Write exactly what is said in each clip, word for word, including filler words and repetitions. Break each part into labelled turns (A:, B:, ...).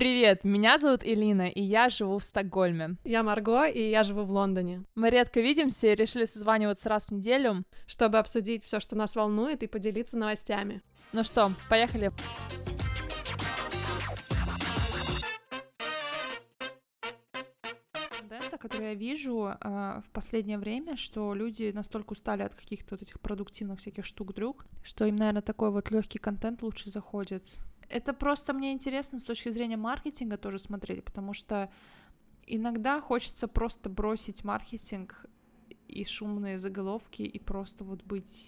A: Привет, меня зовут Элина, и я живу в Стокгольме.
B: Я Марго, и я живу в Лондоне.
A: Мы редко видимся и решили созваниваться раз в неделю,
B: чтобы обсудить все, что нас волнует, и поделиться новостями.
A: Ну что, поехали. Тенденция, которую я вижу э, в последнее время, что люди настолько устали от каких-то вот этих продуктивных всяких штук-дрюк, что им, наверное, такой вот легкий контент лучше заходит. Это просто мне интересно с точки зрения маркетинга тоже смотреть, потому что иногда хочется просто бросить маркетинг и шумные заголовки и просто вот быть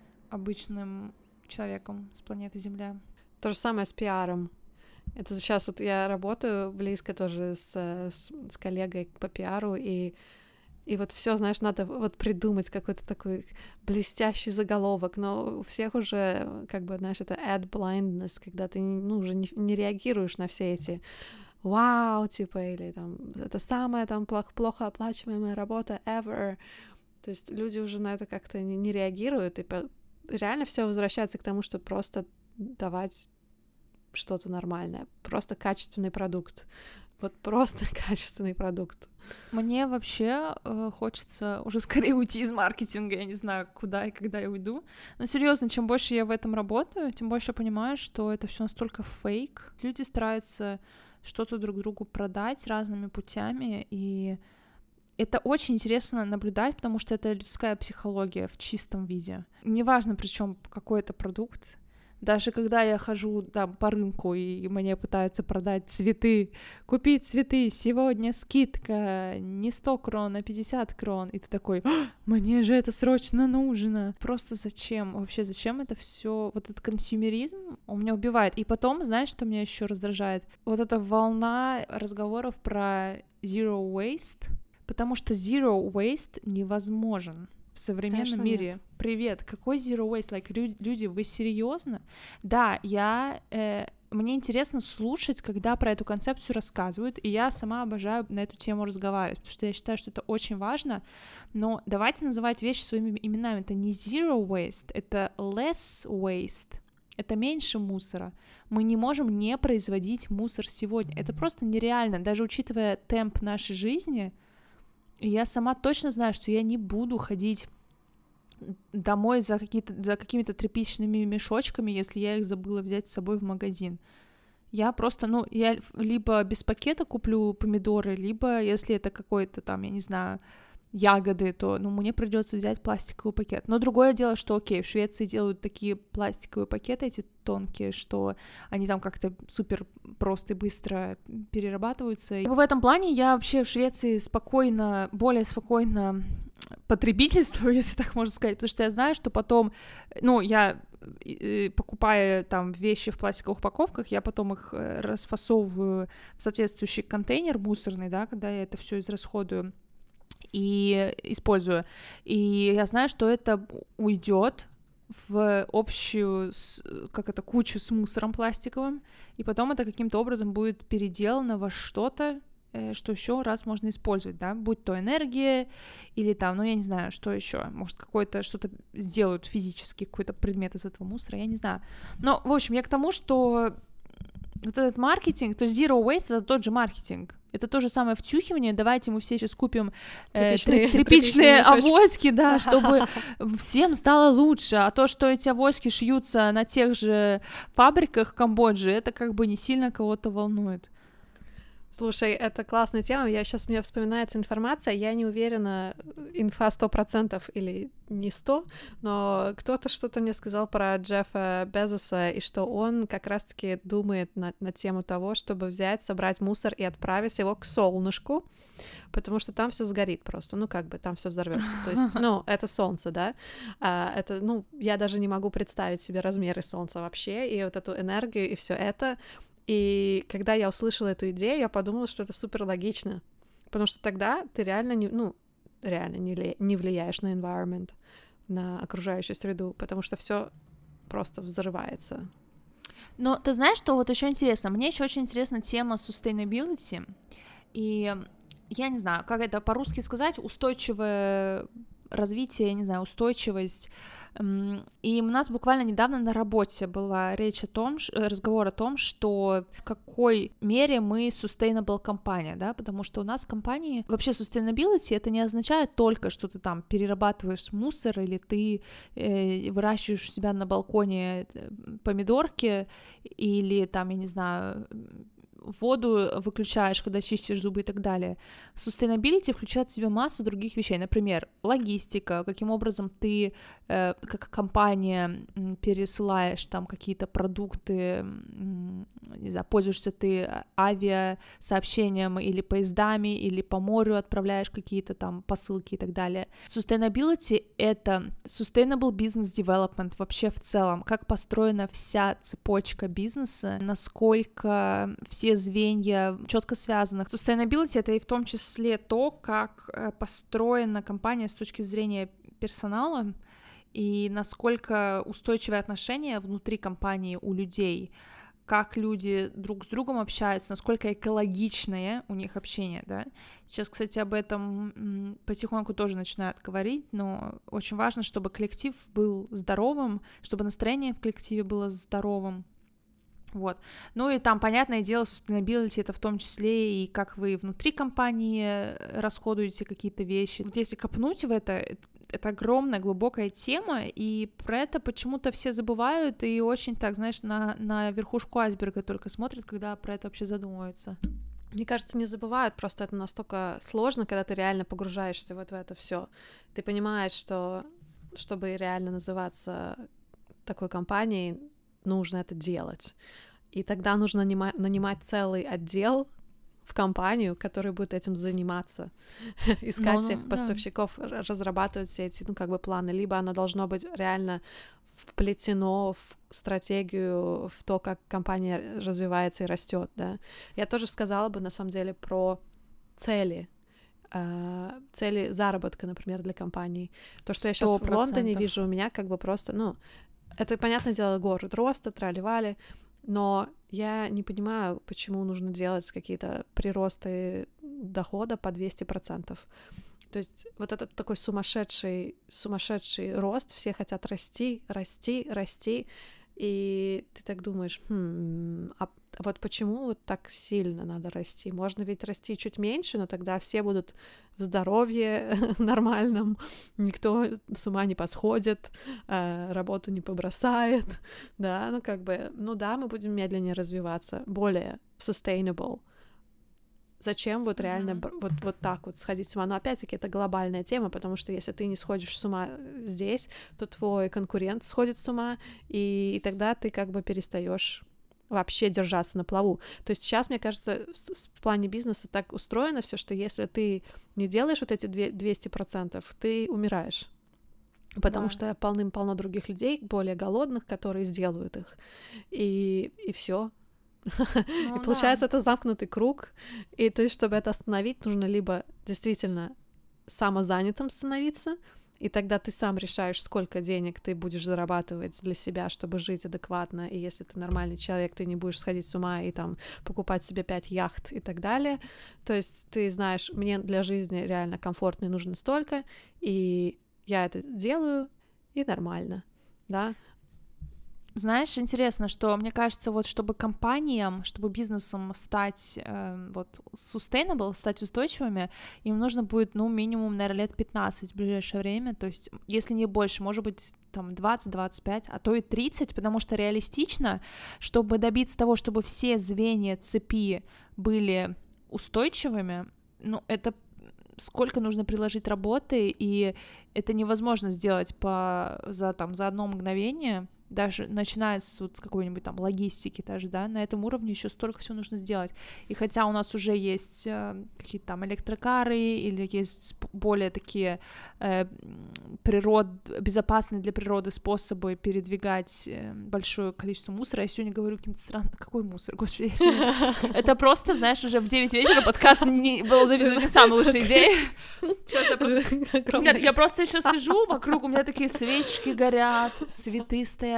A: обычным человеком с планеты Земля.
B: То же самое с пиаром. Это сейчас вот я работаю близко тоже с, с, с коллегой по пиару, и, и вот все, знаешь, надо вот придумать какой-то такой блестящий заголовок, но у всех уже, как бы, знаешь, это ad blindness, когда ты, ну, уже не, не реагируешь на все эти вау, типа, или там, это самая там плохо, плохо оплачиваемая работа ever. То есть люди уже на это как-то не, не реагируют, и по... реально все возвращается к тому, что просто давать что-то нормальное, просто качественный продукт. Вот просто качественный продукт.
A: Мне вообще э, хочется уже скорее уйти из маркетинга, я не знаю, куда и когда я уйду. Но серьезно, чем больше я в этом работаю, тем больше я понимаю, что это все настолько фейк. Люди стараются что-то друг другу продать разными путями, и это очень интересно наблюдать, потому что это людская психология в чистом виде. Неважно, причем какой это продукт. Даже когда я хожу там по рынку, и мне пытаются продать цветы, купить цветы, сегодня скидка не сто крон, а пятьдесят крон, и ты такой, мне же это срочно нужно. Просто зачем? Вообще зачем это все? Вот этот консюмеризм он меня убивает. И потом, знаешь, что меня еще раздражает? Вот эта волна разговоров про zero waste, потому что zero waste невозможен в современном
B: Конечно,
A: мире.
B: Нет.
A: Привет, какой zero waste? Like, лю- люди, вы серьезно? Да, я... Э, мне интересно слушать, когда про эту концепцию рассказывают, и я сама обожаю на эту тему разговаривать, потому что я считаю, что это очень важно, но давайте называть вещи своими именами. Это не zero waste, это less waste. Это меньше мусора. Мы не можем не производить мусор сегодня. Это просто нереально, даже учитывая темп нашей жизни. И я сама точно знаю, что я не буду ходить домой за, какие-то, за какими-то тряпичными мешочками, если я их забыла взять с собой в магазин. Я просто, ну, я либо без пакета куплю помидоры, либо, если это какой-то там, я не знаю, ягоды, то, ну, мне придется взять пластиковый пакет. Но другое дело, что, окей, в Швеции делают такие пластиковые пакеты, эти тонкие, что они там как-то супер просто и быстро перерабатываются. И в этом плане я вообще в Швеции спокойно, более спокойно потребительствую, если так можно сказать, потому что я знаю, что потом, ну, я покупая там вещи в пластиковых упаковках, я потом их расфасовываю в соответствующий контейнер мусорный, да, когда я это все израсходую и использую. И я знаю, что это уйдет в общую, как это, кучу с мусором пластиковым, и потом это каким-то образом будет переделано во что-то, что еще раз можно использовать, да, будь то энергия или там, ну, я не знаю, что еще, может, какое-то что-то сделают физически, какой-то предмет из этого мусора, я не знаю. Но, в общем, я к тому, что вот этот маркетинг, то есть zero waste — это тот же маркетинг. Это то же самое втюхивание. Давайте мы все сейчас купим э, тряпичные, тряпичные авоськи, да, чтобы всем стало лучше. А то, что эти авоськи шьются на тех же фабриках в Камбодже, это как бы не сильно кого-то волнует.
B: Слушай, это классная тема. Я сейчас, мне вспоминается информация, я не уверена, инфа сто процентов или не сто, но кто-то что-то мне сказал про Джеффа Безоса, и что он как раз-таки думает на, на тему того, чтобы взять, собрать мусор и отправить его к солнышку, потому что там все сгорит просто, ну как бы там все взорвется. То есть, ну, это солнце, да, а, это, ну, я даже не могу представить себе размеры солнца вообще, и вот эту энергию, и все это. И когда я услышала эту идею, я подумала, что это супер логично, потому что тогда ты реально не, ну, реально не, ли, не влияешь на environment, на окружающую среду, потому что все просто взрывается.
A: Но ты знаешь, что вот еще интересно? Мне еще очень интересна тема sustainability, и я не знаю, как это по-русски сказать, устойчивое развитие, я не знаю, устойчивость. И у нас буквально недавно на работе была речь о том, разговор о том, что в какой мере мы sustainable компания, да, потому что у нас в компании вообще sustainability это не означает только, что ты там перерабатываешь мусор или ты э, выращиваешь у себя на балконе помидорки или там, я не знаю, воду выключаешь, когда чистишь зубы и так далее. Sustainability включает в себя массу других вещей, например, логистика, каким образом ты э, как компания пересылаешь там какие-то продукты, не знаю, пользуешься ты авиасообщением или поездами, или по морю отправляешь какие-то там посылки и так далее. Sustainability — это sustainable business development вообще в целом, как построена вся цепочка бизнеса, насколько все звенья четко связаны. Sustainability — это и в том числе то, как построена компания с точки зрения персонала и насколько устойчивые отношения внутри компании у людей, как люди друг с другом общаются, насколько экологичное у них общение, да. Сейчас, кстати, об этом потихоньку тоже начинают говорить, но очень важно, чтобы коллектив был здоровым, чтобы настроение в коллективе было здоровым. Вот. Ну и там, понятное дело, sustainability — это в том числе и как вы внутри компании расходуете какие-то вещи. Вот если копнуть в это, это огромная, глубокая тема, и про это почему-то все забывают и очень так, знаешь, на, на верхушку айсберга только смотрят, когда про это вообще задумываются.
B: Мне кажется, не забывают, просто это настолько сложно, когда ты реально погружаешься вот в это все. Ты понимаешь, что чтобы реально называться такой компанией, нужно это делать. И тогда нужно нанимать, нанимать целый отдел в компанию, который будет этим заниматься, искать ну, всех ну, поставщиков, да. разрабатывать все эти, ну, как бы планы. Либо оно должно быть реально вплетено в стратегию, в то, как компания развивается и растет, да. Я тоже сказала бы, на самом деле, про цели, э, цели заработка, например, для компаний. То, что я сейчас в Лондоне вижу, у меня как бы просто, ну, это, понятное дело, город роста, трали-вали, но я не понимаю, почему нужно делать какие-то приросты дохода по двести процентов. То есть вот этот такой сумасшедший, сумасшедший рост, все хотят расти, расти, расти, и ты так думаешь, хм, а вот почему вот так сильно надо расти? Можно ведь расти чуть меньше, но тогда все будут в здоровье нормальном, никто с ума не посходит, работу не побросает, да, ну как бы, ну да, мы будем медленнее развиваться, более sustainable. Зачем вот реально mm-hmm. вот, вот так вот сходить с ума? Но опять-таки это глобальная тема, потому что если ты не сходишь с ума здесь, то твой конкурент сходит с ума, и, и тогда ты как бы перестаешь вообще держаться на плаву. То есть сейчас, мне кажется, в плане бизнеса так устроено все, что если ты не делаешь вот эти двести процентов, ты умираешь. Потому да. что полным-полно других людей, более голодных, которые сделают их. И, и все. Ну, и получается, да. это замкнутый круг, и то есть, чтобы это остановить, нужно либо действительно самозанятым становиться, и тогда ты сам решаешь, сколько денег ты будешь зарабатывать для себя, чтобы жить адекватно, и если ты нормальный человек, ты не будешь сходить с ума и там покупать себе пять яхт и так далее, то есть ты знаешь, мне для жизни реально комфортно и нужно столько, и я это делаю, и нормально, да.
A: Знаешь, интересно, что, мне кажется, вот чтобы компаниям, чтобы бизнесам стать э, вот sustainable, стать устойчивыми, им нужно будет, ну, минимум, наверное, лет пятнадцать в ближайшее время, то есть, если не больше, может быть, там, двадцать-двадцать пять, а то и тридцать, потому что реалистично, чтобы добиться того, чтобы все звенья цепи были устойчивыми, ну, это сколько нужно приложить работы, и это невозможно сделать по, за, там, за одно мгновение, даже начиная с, вот, с какой-нибудь там логистики даже, да, на этом уровне еще столько всего нужно сделать. И хотя у нас уже есть э, какие-то там электрокары или есть более такие э, природ, безопасные для природы способы передвигать э, большое количество мусора, я сегодня говорю каким-то странным... Какой мусор, господи, сегодня... Это просто, знаешь, уже в девять вечера подкаст не... был записывать не самая лучшая идея. Сейчас я просто... Я просто сейчас сижу, вокруг у меня такие свечки горят, цветы стоят,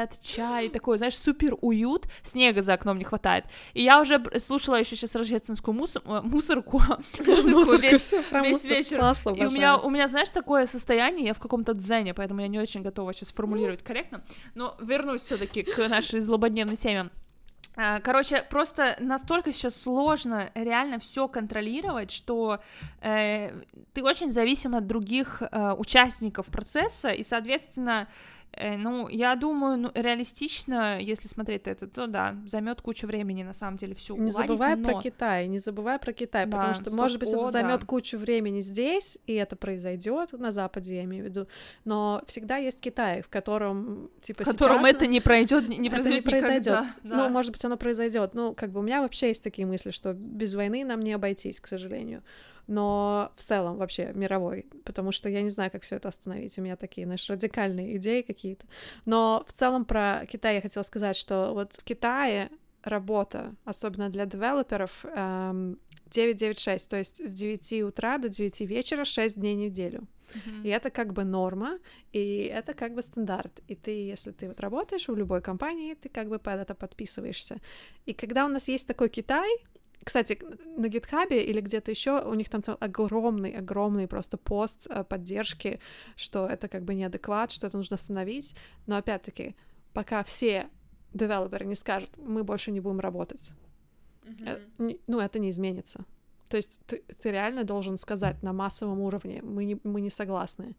A: свет, чай, такой, знаешь, супер уют, снега за окном не хватает. И я уже слушала еще сейчас рождественскую мус- мусорку, музыку весь, весь вечер.
B: Класс,
A: и у меня, у меня, знаешь, такое состояние, я в каком-то дзене, поэтому я не очень готова сейчас формулировать корректно, но вернусь все-таки к нашей злободневной теме. Короче, просто настолько сейчас сложно реально все контролировать, что э, ты очень зависим от других э, участников процесса, и, соответственно, э, ну, я думаю, ну, реалистично, если смотреть это, то да, займет кучу времени, на самом деле, все
B: уладить. Не забывай но... про Китай, не забывай про Китай, да, потому что, стоп... может быть, О, это займет да. кучу времени здесь, и это произойдет на Западе, я имею в виду, но всегда есть Китай, в котором, типа,
A: в котором
B: сейчас...
A: это не пройдет, не произойдет,
B: это не произойдет.
A: Да.
B: Ну, может быть, оно произойдет. Ну, как бы у меня вообще есть такие мысли, что без войны нам не обойтись, к сожалению. Но в целом вообще мировой, потому что я не знаю, как все это остановить. У меня такие, знаешь, радикальные идеи какие-то. Но в целом про Китай я хотела сказать, что вот в Китае работа, особенно для девелоперов, эм, девять девять шесть, то есть с девяти утра до девяти вечера шесть дней в неделю. Uh-huh. И это как бы норма, и это как бы стандарт. И ты, если ты вот работаешь в любой компании, ты как бы под это подписываешься. И когда у нас есть такой Китай, кстати, на GitHub или где-то еще у них там огромный-огромный просто пост поддержки, что это как бы неадекват, что это нужно остановить. Но опять-таки, пока все девелоперы не скажут, мы больше не будем работать, uh-huh. ну, это не изменится. То есть ты, ты реально должен сказать на массовом уровне, мы не, мы не согласны.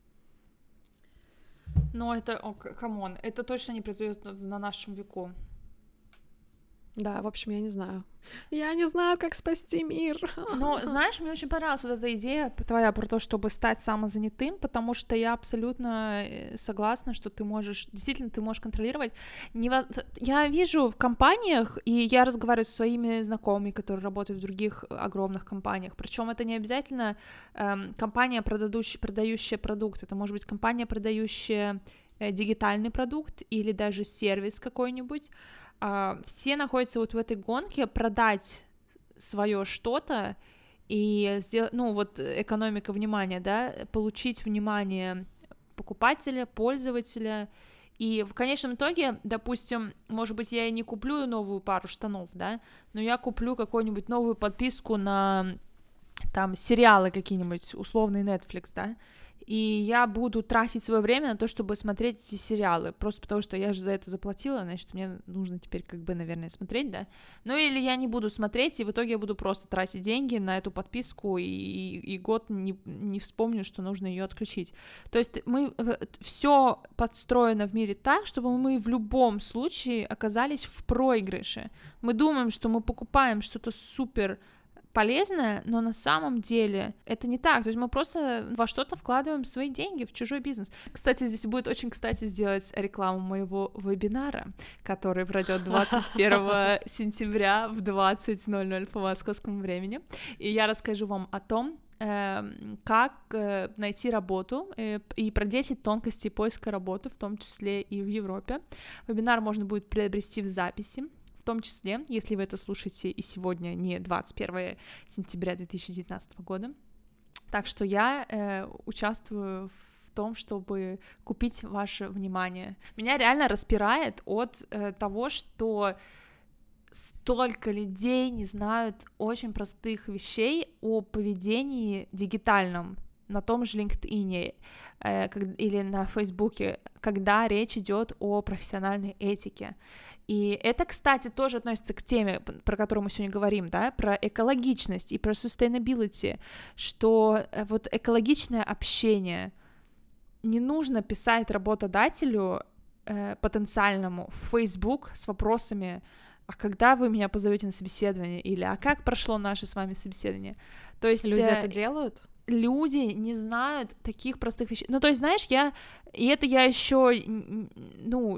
A: Но это, о, камон, это точно не произойдет на нашем веку.
B: Да, в общем, я не знаю. Я не знаю, как спасти мир.
A: Но, знаешь, мне очень понравилась вот эта идея твоя про то, чтобы стать самозанятым, потому что я абсолютно согласна, что ты можешь, действительно, ты можешь контролировать. Я вижу в компаниях, и я разговариваю со своими знакомыми, которые работают в других огромных компаниях, причем это не обязательно эм, компания, продающая, продающая продукт, это может быть компания, продающая э, дигитальный продукт или даже сервис какой-нибудь. Все находятся вот в этой гонке продать свое что-то и сделать, ну вот экономика внимания, да, получить внимание покупателя, пользователя, и в конечном итоге, допустим, может быть, я и не куплю новую пару штанов, да, но я куплю какую-нибудь новую подписку на там сериалы какие-нибудь, условный Netflix, да, и я буду тратить свое время на то, чтобы смотреть эти сериалы, просто потому что я же за это заплатила, значит, мне нужно теперь как бы, наверное, смотреть, да, ну или я не буду смотреть, и в итоге я буду просто тратить деньги на эту подписку, и, и, и год не, не вспомню, что нужно ее отключить. То есть мы, все подстроено в мире так, чтобы мы в любом случае оказались в проигрыше. Мы думаем, что мы покупаем что-то супер полезное, но на самом деле это не так, то есть мы просто во что-то вкладываем свои деньги, в чужой бизнес. Кстати, здесь будет очень кстати сделать рекламу моего вебинара, который пройдет двадцать первого сентября в двадцать ноль ноль по московскому времени, и я расскажу вам о том, как найти работу и про десять тонкостей поиска работы, в том числе и в Европе. Вебинар можно будет приобрести в записи, в том числе, если вы это слушаете и сегодня не двадцать первого сентября две тысячи девятнадцатого года. Так что я э, участвую в том, чтобы купить ваше внимание. Меня реально распирает от э, того, что столько людей не знают очень простых вещей о поведении дигитальном на том же LinkedIn э, или на Фейсбуке, когда речь идет о профессиональной этике. И это, кстати, тоже относится к теме, про которую мы сегодня говорим, да, про экологичность и про sustainability, что вот экологичное общение, не нужно писать работодателю э, потенциальному в Facebook с вопросами: а когда вы меня позовете на собеседование, или а как прошло наше с вами собеседование. То есть
B: люди это делают?
A: Люди не знают таких простых вещей. Ну, то есть, знаешь, я... И это я еще, ну...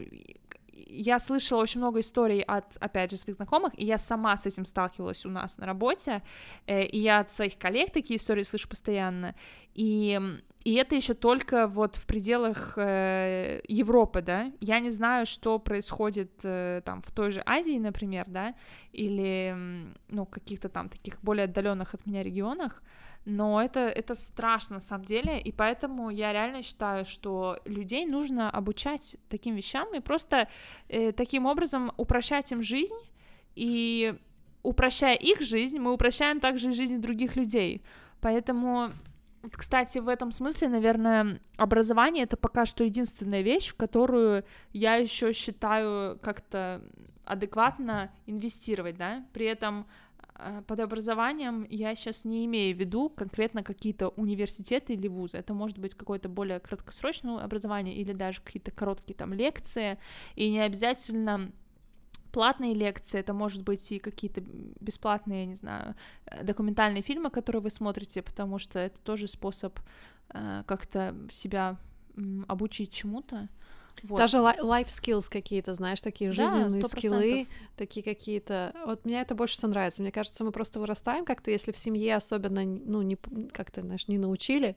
A: Я слышала очень много историй от, опять же, своих знакомых, и я сама с этим сталкивалась у нас на работе, и я от своих коллег такие истории слышу постоянно, и И это еще только вот в пределах э, Европы, да, я не знаю, что происходит э, там в той же Азии, например, да, или, ну, каких-то там таких более отдаленных от меня регионах, но это, это страшно на самом деле, и поэтому я реально считаю, что людей нужно обучать таким вещам и просто э, таким образом упрощать им жизнь, и упрощая их жизнь, мы упрощаем также и жизнь других людей, поэтому... Кстати, в этом смысле, наверное, образование — это пока что единственная вещь, в которую я еще считаю как-то адекватно инвестировать, да, при этом под образованием я сейчас не имею в виду конкретно какие-то университеты или вузы, это может быть какое-то более краткосрочное образование или даже какие-то короткие там лекции, и не обязательно... платные лекции, это может быть и какие-то бесплатные, я не знаю, документальные фильмы, которые вы смотрите, потому что это тоже способ э, как-то себя м, обучить чему-то. Вот.
B: Даже life skills какие-то, знаешь, такие жизненные
A: да,
B: скиллы, такие какие-то. Вот мне это больше всего нравится. Мне кажется, мы просто вырастаем как-то, если в семье особенно, ну, не, как-то, знаешь, не научили,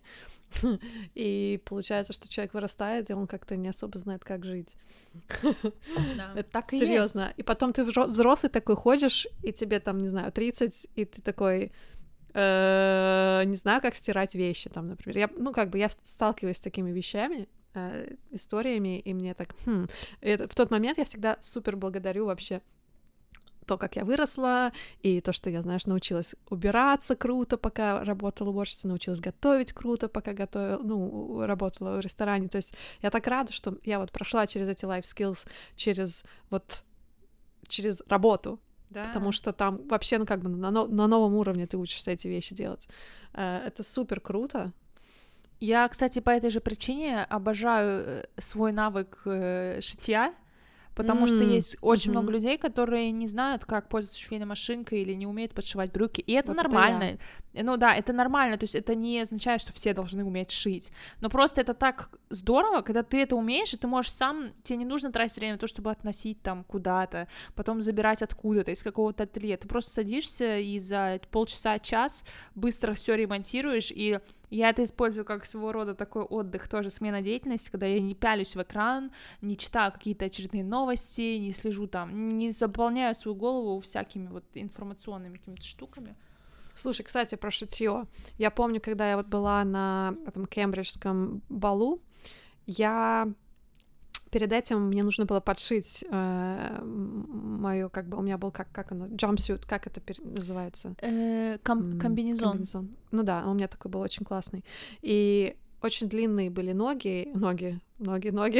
B: и получается, что человек вырастает, и он как-то не особо знает, как жить.
A: Да, это так и
B: серьезно.
A: есть.
B: И потом ты взрослый такой ходишь, и тебе там, не знаю, тридцать, и ты такой... не знаю, как стирать вещи, там, например. Я, ну, как бы я сталкиваюсь с такими вещами, историями, и мне так... Хм. Это, в тот момент я всегда супер благодарю вообще то, как я выросла, и то, что я, знаешь, научилась убираться круто, пока работала уборщицей, научилась готовить круто, пока готовила, ну, работала в ресторане. То есть я так рада, что я вот прошла через эти life skills, через вот, через работу, да. Потому что там вообще, ну, как бы на, на новом уровне ты учишься эти вещи делать. Это супер круто.
A: Я, кстати, по этой же причине обожаю свой навык э, шитья, потому mm, что есть очень mm-hmm. много людей, которые не знают, как пользоваться швейной машинкой или не умеют подшивать брюки, и это вот нормально. Это ну да, это нормально, то есть это не означает, что все должны уметь шить, но просто это так здорово, когда ты это умеешь, и ты можешь сам, тебе не нужно тратить время на то, чтобы относить там куда-то, потом забирать откуда-то, из какого-то ателье, ты просто садишься и за полчаса-час быстро все ремонтируешь, и я это использую как своего рода такой отдых, тоже смена деятельности, когда я не пялюсь в экран, не читаю какие-то очередные новости, не слежу там, не заполняю свою голову всякими вот информационными какими-то штуками.
B: Слушай, кстати, про шитьё. Я помню, когда я вот была на этом кембриджском балу, я... Перед этим мне нужно было подшить э, моё, как бы, у меня был, как, как оно, jumpsuit, как это пер... называется?
A: Э, ком- комбинезон.
B: комбинезон. Ну да, у меня такой был очень классный. И очень длинные были ноги, ноги, ноги, ноги,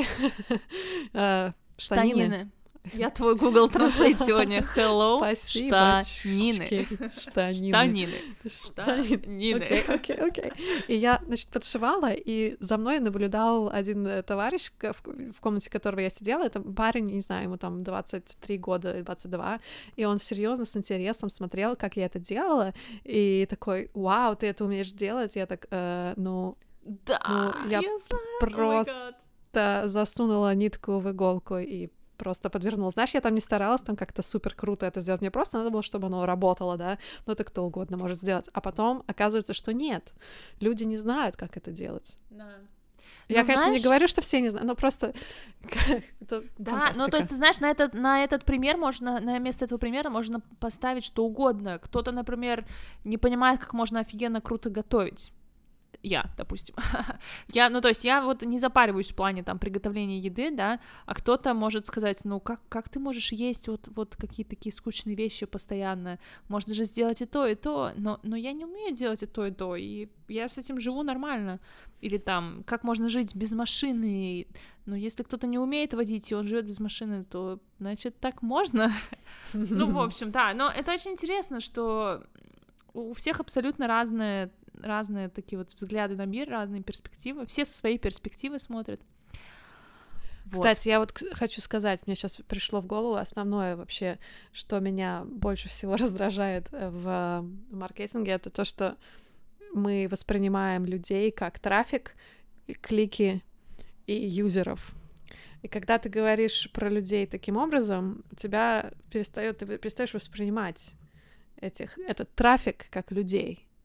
B: штанины.
A: Я твой Google Translate сегодня. Hello,
B: Спасибо.
A: штанины.
B: Штанины.
A: Штанины. Штанины.
B: Окей, окей, окей. И я, значит, подшивала, и за мной наблюдал один товарищ, в комнате которого я сидела. Это парень, не знаю, ему там двадцать три года, двадцать два, и он серьезно с интересом смотрел, как я это делала, и такой: вау, ты это умеешь делать? Я так, э, ну...
A: Да,
B: ну, я, я просто oh засунула нитку в иголку и просто подвернула. Знаешь, я там не старалась там как-то супер круто это сделать. Мне просто надо было, чтобы оно работало, да. Но это кто угодно может сделать. А потом оказывается, что нет. Люди не знают, как это делать.
A: Да.
B: Я,
A: но
B: конечно,
A: знаешь...
B: не говорю, что все не знают, но просто...
A: Да, ну то есть, ты знаешь, на этот, на этот пример можно, на место этого примера можно поставить что угодно. Кто-то, например, не понимает, как можно офигенно круто готовить. Я, допустим. я, ну, то есть я вот не запариваюсь в плане там приготовления еды, да, а кто-то может сказать, ну, как, как ты можешь есть вот, вот какие-то такие скучные вещи постоянно, можно же сделать и то, и то, но, но я не умею делать и то, и то, и я с этим живу нормально. Или там, как можно жить без машины, ну, если кто-то не умеет водить, и он живет без машины, то, значит, так можно. ну, в общем, да, но это очень интересно, что у всех абсолютно разные разные такие вот взгляды на мир, разные перспективы, все со своей перспективы смотрят.
B: Кстати, вот. я вот хочу сказать, мне сейчас пришло в голову основное вообще, что меня больше всего раздражает в маркетинге, это то, что мы воспринимаем людей как трафик, клики и юзеров. И когда ты говоришь про людей таким образом, у тебя перестаёт, ты перестаешь воспринимать этих, этот трафик как людей.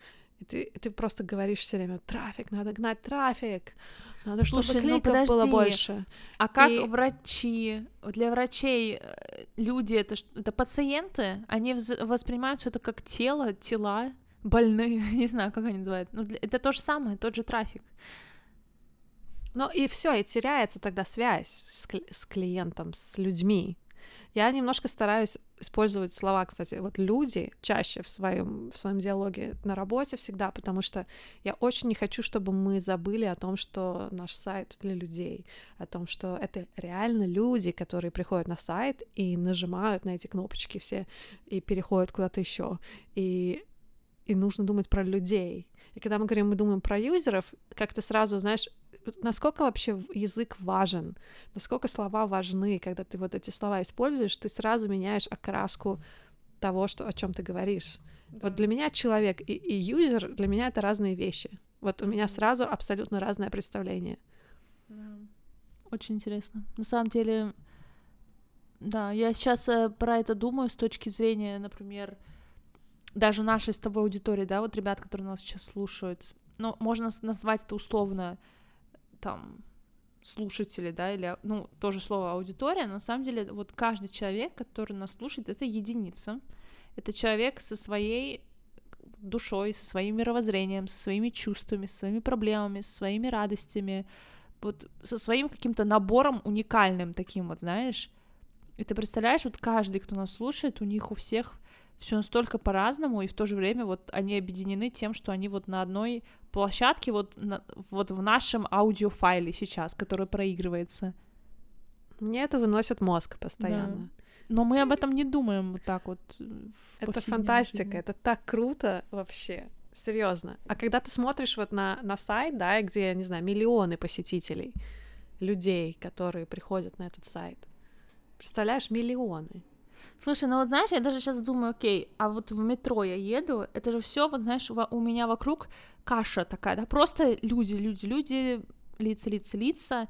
B: И ты, и ты просто говоришь все время: трафик, надо гнать трафик, надо,
A: Слушай,
B: чтобы
A: ну
B: кликов
A: подожди,
B: было больше.
A: а как
B: И
A: врачи, для врачей э, люди это, ш- это пациенты, они вз- воспринимают все это как тело, тела больные, не знаю, как они называют, ну, для- это то же самое, тот же трафик.
B: Ну и все, и теряется тогда связь с, кли- с клиентом, с людьми. Я немножко стараюсь использовать слова, кстати, вот люди чаще в своем, в своем диалоге на работе всегда, потому что я очень не хочу, чтобы мы забыли о том, что наш сайт для людей, о том, что это реально люди, которые приходят на сайт и нажимают на эти кнопочки все и переходят куда-то еще. И, и нужно думать про людей. И когда мы говорим, мы думаем про юзеров, как-то сразу, знаешь, насколько вообще язык важен, насколько слова важны, когда ты вот эти слова используешь, ты сразу меняешь окраску того, что, о чем ты говоришь. Да. Вот для меня человек и, и юзер, для меня это разные вещи. Вот у mm-hmm. меня сразу абсолютно разное представление.
A: Yeah. Очень интересно. На самом деле, да, я сейчас э, про это думаю с точки зрения, например, даже нашей с тобой аудитории, да, вот ребят, которые нас сейчас слушают, ну, можно назвать это условно там слушатели, да, или, ну, тоже слово аудитория, но на самом деле вот каждый человек, который нас слушает, это единица, это человек со своей душой, со своим мировоззрением, со своими чувствами, со своими проблемами, со своими радостями, вот со своим каким-то набором уникальным таким вот, знаешь, и ты представляешь, вот каждый, кто нас слушает, у них у всех все настолько по-разному, и в то же время вот они объединены тем, что они вот на одной площадке, вот, на, вот в нашем аудиофайле сейчас, который проигрывается.
B: Мне это выносит мозг постоянно.
A: Да. Но мы об этом не думаем вот так вот.
B: Это фантастика, жизни. Это так круто вообще, серьезно. А когда ты смотришь вот на, на сайт, да, где, не знаю, миллионы посетителей, людей, которые приходят на этот сайт, представляешь, миллионы.
A: Слушай, ну вот знаешь, я даже сейчас думаю, окей, а вот в метро я еду, это же все, вот знаешь, у меня вокруг каша такая, да, просто люди, люди, люди, лица, лица, лица,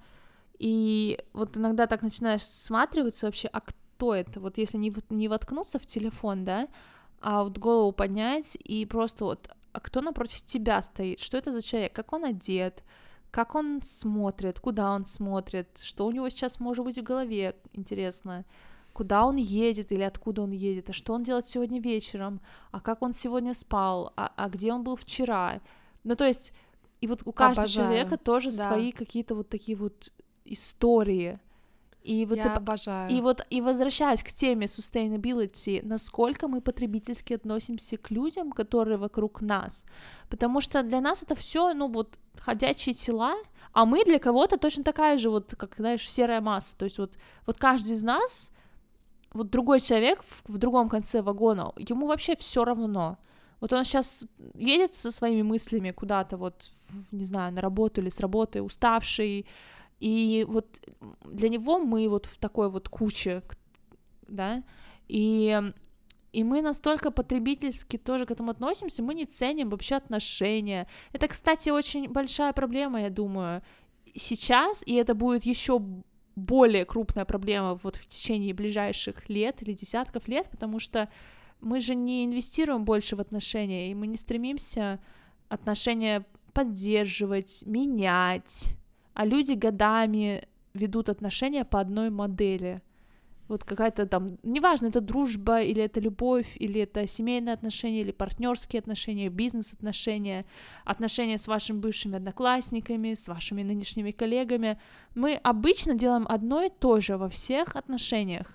A: и вот иногда так начинаешь всматриваться вообще, а кто это, вот если не, не воткнуться в телефон, да, а вот голову поднять и просто вот, а кто напротив тебя стоит, что это за человек, как он одет, как он смотрит, куда он смотрит, что у него сейчас может быть в голове, интересно, куда он едет или откуда он едет, а что он делает сегодня вечером, а как он сегодня спал, а, а где он был вчера. Ну, то есть, и вот у каждого
B: Обожаю.
A: человека тоже
B: да.
A: свои какие-то вот такие вот истории. И вот
B: Я
A: это,
B: обожаю.
A: И вот, и возвращаясь к теме sustainability, насколько мы потребительски относимся к людям, которые вокруг нас, потому что для нас это все, ну, вот, ходячие тела, а мы для кого-то точно такая же, вот, как, знаешь, серая масса, то есть вот, вот каждый из нас, вот другой человек в, в другом конце вагона, ему вообще все равно. Вот он сейчас едет со своими мыслями куда-то, вот, в, не знаю, на работу или с работы, уставший, и вот для него мы вот в такой вот куче, да, и, и мы настолько потребительски тоже к этому относимся, мы не ценим вообще отношения. Это, кстати, очень большая проблема, я думаю, сейчас, и это будет еще более крупная проблема вот в течение ближайших лет или десятков лет, потому что мы же не инвестируем больше в отношения, и мы не стремимся отношения поддерживать, менять, а люди годами ведут отношения по одной модели. Вот какая-то там, неважно, это дружба, или это любовь, или это семейные отношения, или партнерские отношения, бизнес-отношения, отношения с вашими бывшими одноклассниками, с вашими нынешними коллегами. Мы обычно делаем одно и то же во всех отношениях.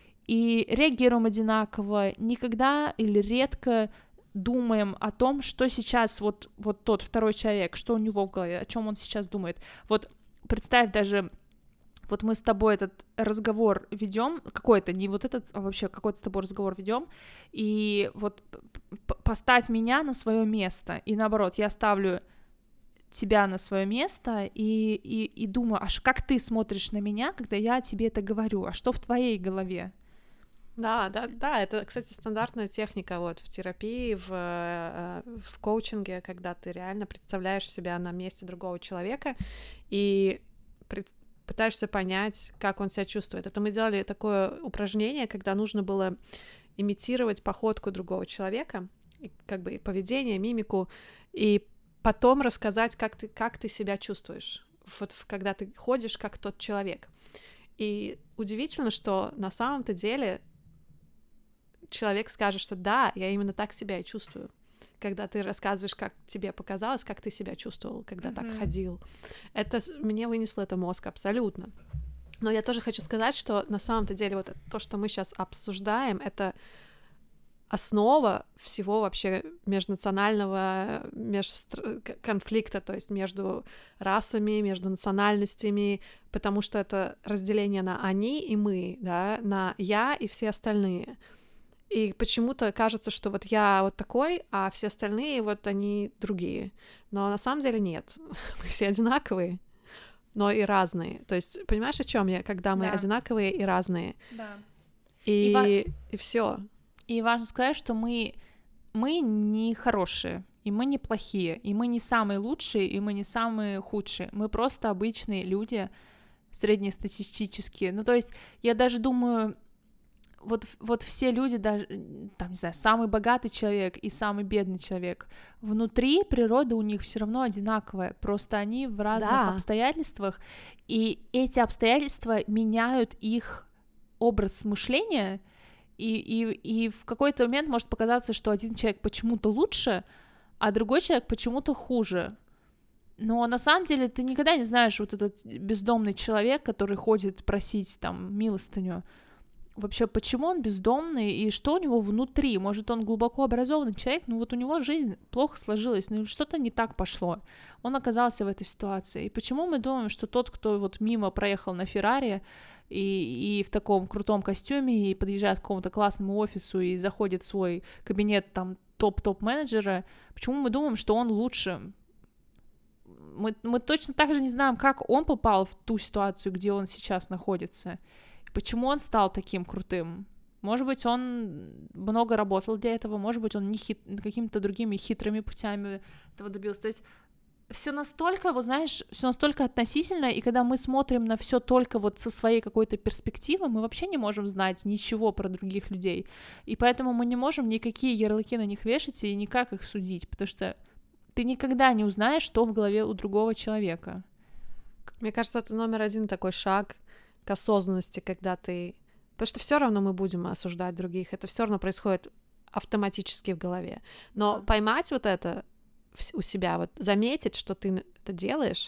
A: И реагируем одинаково, никогда или редко думаем о том, что сейчас вот, вот тот второй человек, что у него в голове, о чем он сейчас думает. Вот представь даже, вот мы с тобой этот разговор ведем, какой-то, не вот этот, а вообще какой-то с тобой разговор ведем, и вот поставь меня на свое место, и наоборот, я ставлю тебя на свое место и, и, и думаю, аж как ты смотришь на меня, когда я тебе это говорю, а что в твоей голове?
B: Да, да, да, это, кстати, стандартная техника вот в терапии, в, в коучинге, когда ты реально представляешь себя на месте другого человека и пред, пытаешься понять, как он себя чувствует. Это мы делали такое упражнение, когда нужно было имитировать походку другого человека, и как бы и поведение, мимику, и потом рассказать, как ты, как ты себя чувствуешь, вот когда ты ходишь как тот человек. И удивительно, что на самом-то деле человек скажет, что да, я именно так себя и чувствую, когда ты рассказываешь, как тебе показалось, как ты себя чувствовал, когда mm-hmm. так ходил. Это мне вынесло это мозг абсолютно. Но я тоже хочу сказать, что на самом-то деле вот то, что мы сейчас обсуждаем, это основа всего вообще межнационального межстр... конфликта, то есть между расами, между национальностями, потому что это разделение на они и мы, да, на я и все остальные. И почему-то кажется, что вот я вот такой, а все остальные вот они другие. Но на самом деле нет. Мы все одинаковые, но и разные. То есть, понимаешь, о чем я, когда мы
A: да.
B: одинаковые и разные?
A: Да.
B: И,
A: и, ва...
B: и все.
A: И важно сказать, что мы, мы не хорошие, и мы не плохие, и мы не самые лучшие, и мы не самые худшие. Мы просто обычные люди, среднестатистические. Ну, то есть, я даже думаю, вот, вот все люди, даже, там, не знаю, самый богатый человек и самый бедный человек, внутри природа у них все равно одинаковая, просто они в разных да. обстоятельствах, и эти обстоятельства меняют их образ мышления. И, и, и в какой-то момент может показаться, что один человек почему-то лучше, а другой человек почему-то хуже. Но на самом деле ты никогда не знаешь, вот этот бездомный человек, который ходит просить там милостыню, вообще почему он бездомный и что у него внутри. Может, он глубоко образованный человек, но вот у него жизнь плохо сложилась, ну что-то не так пошло. Он оказался в этой ситуации. И почему мы думаем, что тот, кто вот мимо проехал на Феррари, И, и в таком крутом костюме, и подъезжает к какому-то классному офису, и заходит в свой кабинет там топ-топ-менеджера, почему мы думаем, что он лучше? Мы, мы точно так же не знаем, как он попал в ту ситуацию, где он сейчас находится, и почему он стал таким крутым. Может быть, он много работал для этого, может быть, он не хит... какими-то другими хитрыми путями этого добился. То есть все настолько, вот знаешь, все настолько относительно, и когда мы смотрим на все только вот со своей какой-то перспективы, мы вообще не можем знать ничего про других людей, и поэтому мы не можем никакие ярлыки на них вешать и никак их судить, потому что ты никогда не узнаешь, что в голове у другого человека.
B: Мне кажется, это номер один такой шаг к осознанности, когда ты... Потому что все равно мы будем осуждать других, это все равно происходит автоматически в голове, но да. поймать вот это у себя, вот заметить, что ты это делаешь,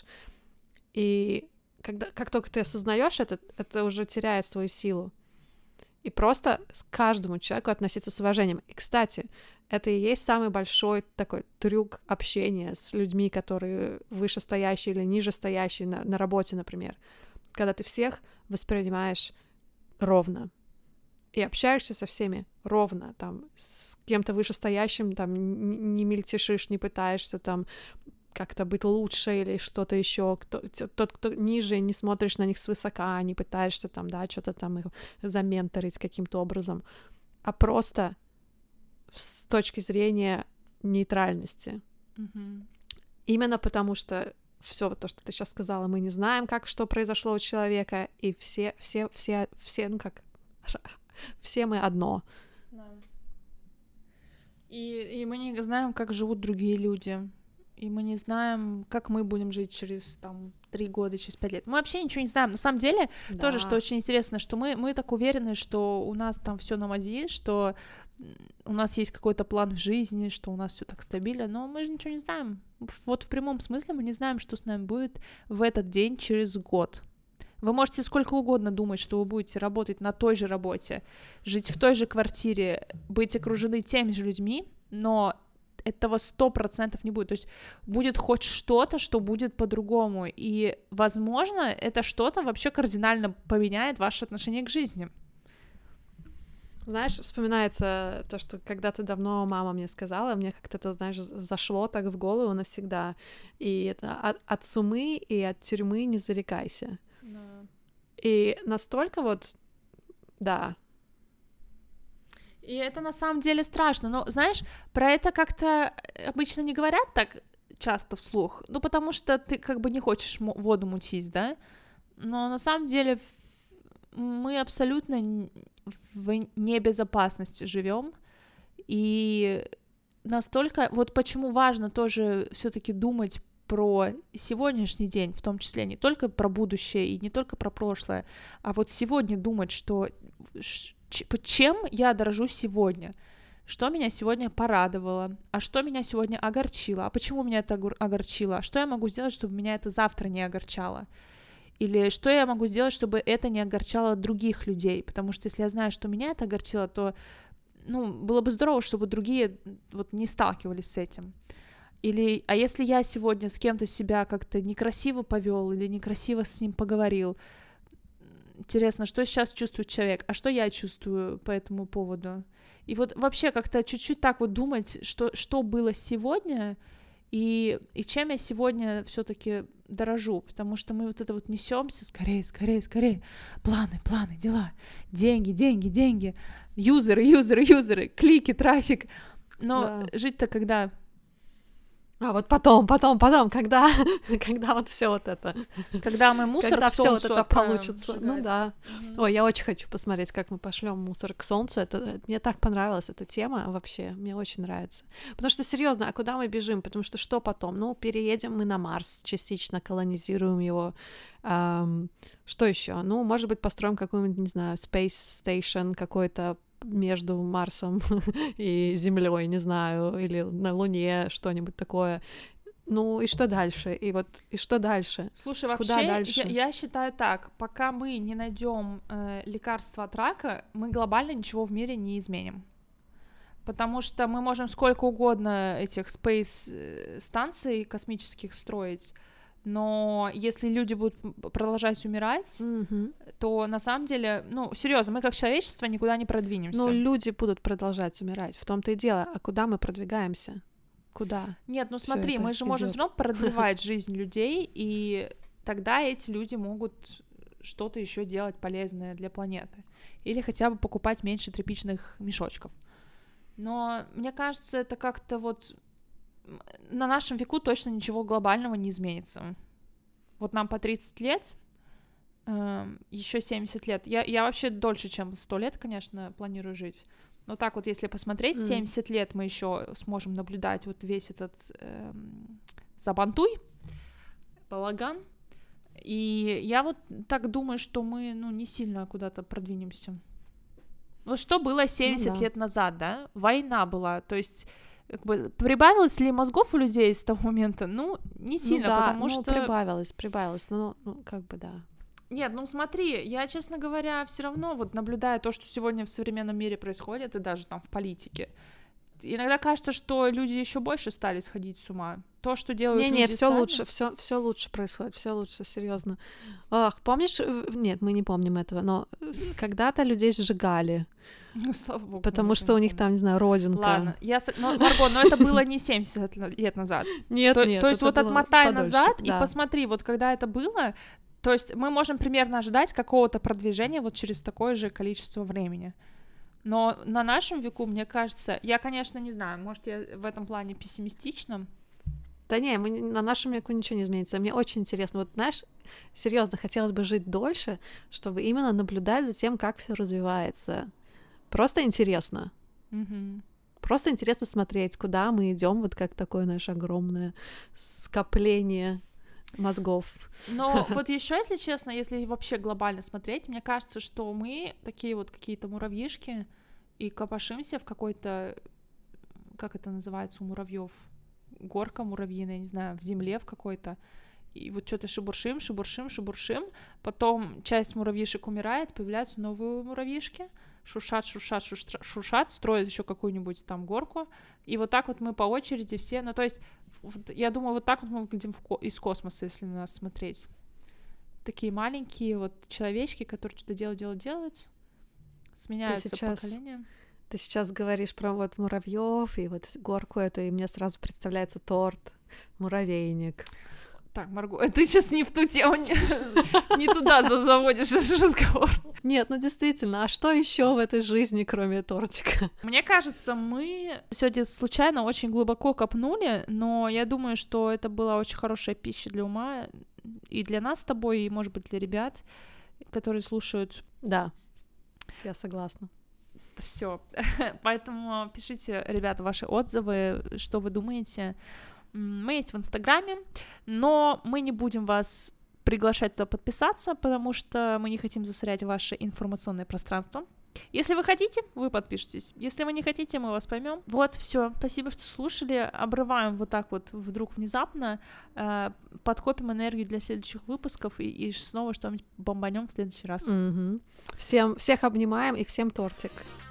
B: и когда, как только ты осознаешь это, это уже теряет свою силу. И просто к каждому человеку относиться с уважением. И, кстати, это и есть самый большой такой трюк общения с людьми, которые вышестоящие или нижестоящие на, на работе, например. Когда ты всех воспринимаешь ровно. И общаешься со всеми ровно, там, с кем-то вышестоящим, там, не мельтешишь, не пытаешься, там, как-то быть лучше или что-то еще. Кто, тот, кто ниже, не смотришь на них свысока, не пытаешься, там, да, что-то там их заменторить каким-то образом, а просто с точки зрения нейтральности. Mm-hmm. Именно потому что все то, что ты сейчас сказала, мы не знаем, как, что произошло у человека, и все, все, все, все, ну, как... Все мы одно.
A: Да. И, и мы не знаем, как живут другие люди. И мы не знаем, как мы будем жить через там три года, через пять лет. Мы вообще ничего не знаем. На самом деле, да. тоже, что очень интересно, что мы, мы так уверены, что у нас там все на мази, что у нас есть какой-то план в жизни, что у нас все так стабильно, но мы же ничего не знаем. Вот в прямом смысле мы не знаем, что с нами будет в этот день через год. Вы можете сколько угодно думать, что вы будете работать на той же работе, жить в той же квартире, быть окружены теми же людьми, но этого сто процентов не будет. То есть будет хоть что-то, что будет по-другому. И, возможно, это что-то вообще кардинально поменяет ваше отношение к жизни.
B: Знаешь, вспоминается то, что когда-то давно мама мне сказала, мне как-то это, знаешь, зашло так в голову навсегда. И это от, от сумы и от тюрьмы не зарекайся. No. И настолько вот, да.
A: И это на самом деле страшно. Но, знаешь, про это как-то обычно не говорят так часто вслух, ну, потому что ты как бы не хочешь воду мутить, да? Но на самом деле мы абсолютно в небезопасности живем, и настолько... Вот почему важно тоже все-таки думать про сегодняшний день, в том числе не только про будущее и не только про прошлое, а вот сегодня думать, что чем я дорожу сегодня, что меня сегодня порадовало, а что меня сегодня огорчило, а почему меня это огорчило, а что я могу сделать, чтобы меня это завтра не огорчало, или что я могу сделать, чтобы это не огорчало других людей, потому что если я знаю, что меня это огорчило, то, ну, было бы здорово, чтобы другие вот не сталкивались с этим. Или, а если я сегодня с кем-то себя как-то некрасиво повел или некрасиво с ним поговорил, интересно, что сейчас чувствует человек, а что я чувствую по этому поводу? И вот вообще как-то чуть-чуть так вот думать, что, что было сегодня и, и чем я сегодня все-таки дорожу, потому что мы вот это вот несемся скорее, скорее, скорее, планы, планы, дела, деньги, деньги, деньги, юзеры, юзеры, юзеры, клики, трафик, но да. Жить-то когда...
B: А вот потом, потом, потом, когда, когда вот все вот это,
A: когда мы мусор
B: когда
A: к солнцу
B: все вот это получится,
A: сжигать.
B: Ну да. Mm-hmm. Ой, я очень хочу посмотреть, как мы пошлем мусор к солнцу. Это мне так понравилась эта тема вообще, мне очень нравится. Потому что серьезно, а куда мы бежим? Потому что что потом? Ну, переедем мы на Марс, частично колонизируем его. Эм, что еще? Ну, может быть, построим какую-нибудь, не знаю, Space Station какой-то между Марсом и Землей, не знаю, или на Луне что-нибудь такое. Ну и что дальше? И вот и что дальше?
A: Слушай,
B: Куда
A: вообще,
B: дальше?
A: Я, я считаю так: пока мы не найдем э, лекарства от рака, мы глобально ничего в мире не изменим. Потому что мы можем сколько угодно этих спейс-станций космических строить, но если люди будут продолжать умирать,
B: mm-hmm.
A: то на самом деле, ну, серьезно, мы как человечество никуда не продвинемся.
B: Ну, люди будут продолжать умирать, в том-то и дело. А куда мы продвигаемся? Куда?
A: Нет, ну смотри, мы же
B: идёт?
A: можем все равно продлевать жизнь людей, и тогда эти люди могут что-то еще делать полезное для планеты. Или хотя бы покупать меньше тряпичных мешочков. Но мне кажется, это как-то вот... На нашем веку точно ничего глобального не изменится. Вот нам по тридцать лет, э, еще семьдесят лет. Я, я вообще дольше, чем сто лет, конечно, планирую жить. Но так вот, если посмотреть, mm. семьдесят лет мы еще сможем наблюдать вот весь этот э, Сабантуй, балаган. И я вот так думаю, что мы, ну, не сильно куда-то продвинемся. Вот что было семьдесят
B: ну, да.
A: лет назад, да? Война была, то есть... Как бы, прибавилось ли мозгов у людей с того момента? Ну, не сильно,
B: ну, да,
A: потому
B: ну,
A: что...
B: прибавилось, прибавилось, ну, ну, как бы, да.
A: Нет, ну, смотри, я, честно говоря, все равно, вот, наблюдая то, что сегодня в современном мире происходит, и даже там в политике, иногда кажется, что люди еще больше стали сходить с ума. То, что делают
B: не,
A: люди
B: не, все
A: сами...
B: лучше, все, все лучше происходит, все лучше, серьезно. Ах, помнишь? Нет, мы не помним этого, но когда-то людей сжигали.
A: Ну, слава богу.
B: Потому что у них там, не знаю, родинка.
A: Ладно, я... Но, Марго, но это было не семьдесят лет назад.
B: Нет,
A: то,
B: нет.
A: То есть вот отмотай
B: подольше,
A: назад
B: да.
A: и посмотри, вот когда это было, то есть мы можем примерно ожидать какого-то продвижения вот через такое же количество времени. Но на нашем веку, мне кажется, я, конечно, не знаю, может, я в этом плане пессимистична.
B: Да не, мы, на нашем веку ничего не изменится. Мне очень интересно, вот, знаешь, серьезно, хотелось бы жить дольше, чтобы именно наблюдать за тем, как все развивается. Просто интересно.
A: Mm-hmm.
B: Просто интересно смотреть, куда мы идем, вот как такое наше огромное скопление мозгов.
A: Но вот еще, если честно, если вообще глобально смотреть, мне кажется, что мы такие вот какие-то муравьишки и копошимся в какой-то, как это называется у муравьев, горка муравьиная, я не знаю, в земле в какой-то. И вот что-то шебуршим, шебуршим, шебуршим. Потом часть муравьишек умирает, появляются новые муравьишки. Шуршат, шуршат, шуршат, шуршат, строят еще какую-нибудь там горку. И вот так вот мы по очереди все... Ну, то есть, вот, я думаю, вот так вот мы выглядим в ко- из космоса, если на нас смотреть. Такие маленькие вот человечки, которые что-то делают, делают, делают. Сменяются
B: сейчас...
A: поколения.
B: Ты сейчас говоришь про вот муравьев и вот горку эту, и мне сразу представляется торт, муравейник.
A: Так, Марго, ты сейчас не в ту тему, не, не туда заводишь разговор.
B: Нет, ну действительно, а что еще в этой жизни, кроме тортика?
A: Мне кажется, мы сегодня случайно очень глубоко копнули, но я думаю, что это была очень хорошая пища для ума и для нас с тобой, и, может быть, для ребят, которые слушают.
B: Да, я согласна.
A: все. Поэтому пишите, ребята, ваши отзывы, что вы думаете. Мы есть в Инстаграме, но мы не будем вас приглашать туда подписаться, потому что мы не хотим засорять ваше информационное пространство. Если вы хотите, вы подпишитесь. Если вы не хотите, мы вас поймем. Вот, все. Спасибо, что слушали. Обрываем вот так вот вдруг внезапно. Э, подкопим энергию для следующих выпусков и, и снова что-нибудь бомбанем в следующий раз.
B: Mm-hmm. Всем, всех обнимаем и всем тортик.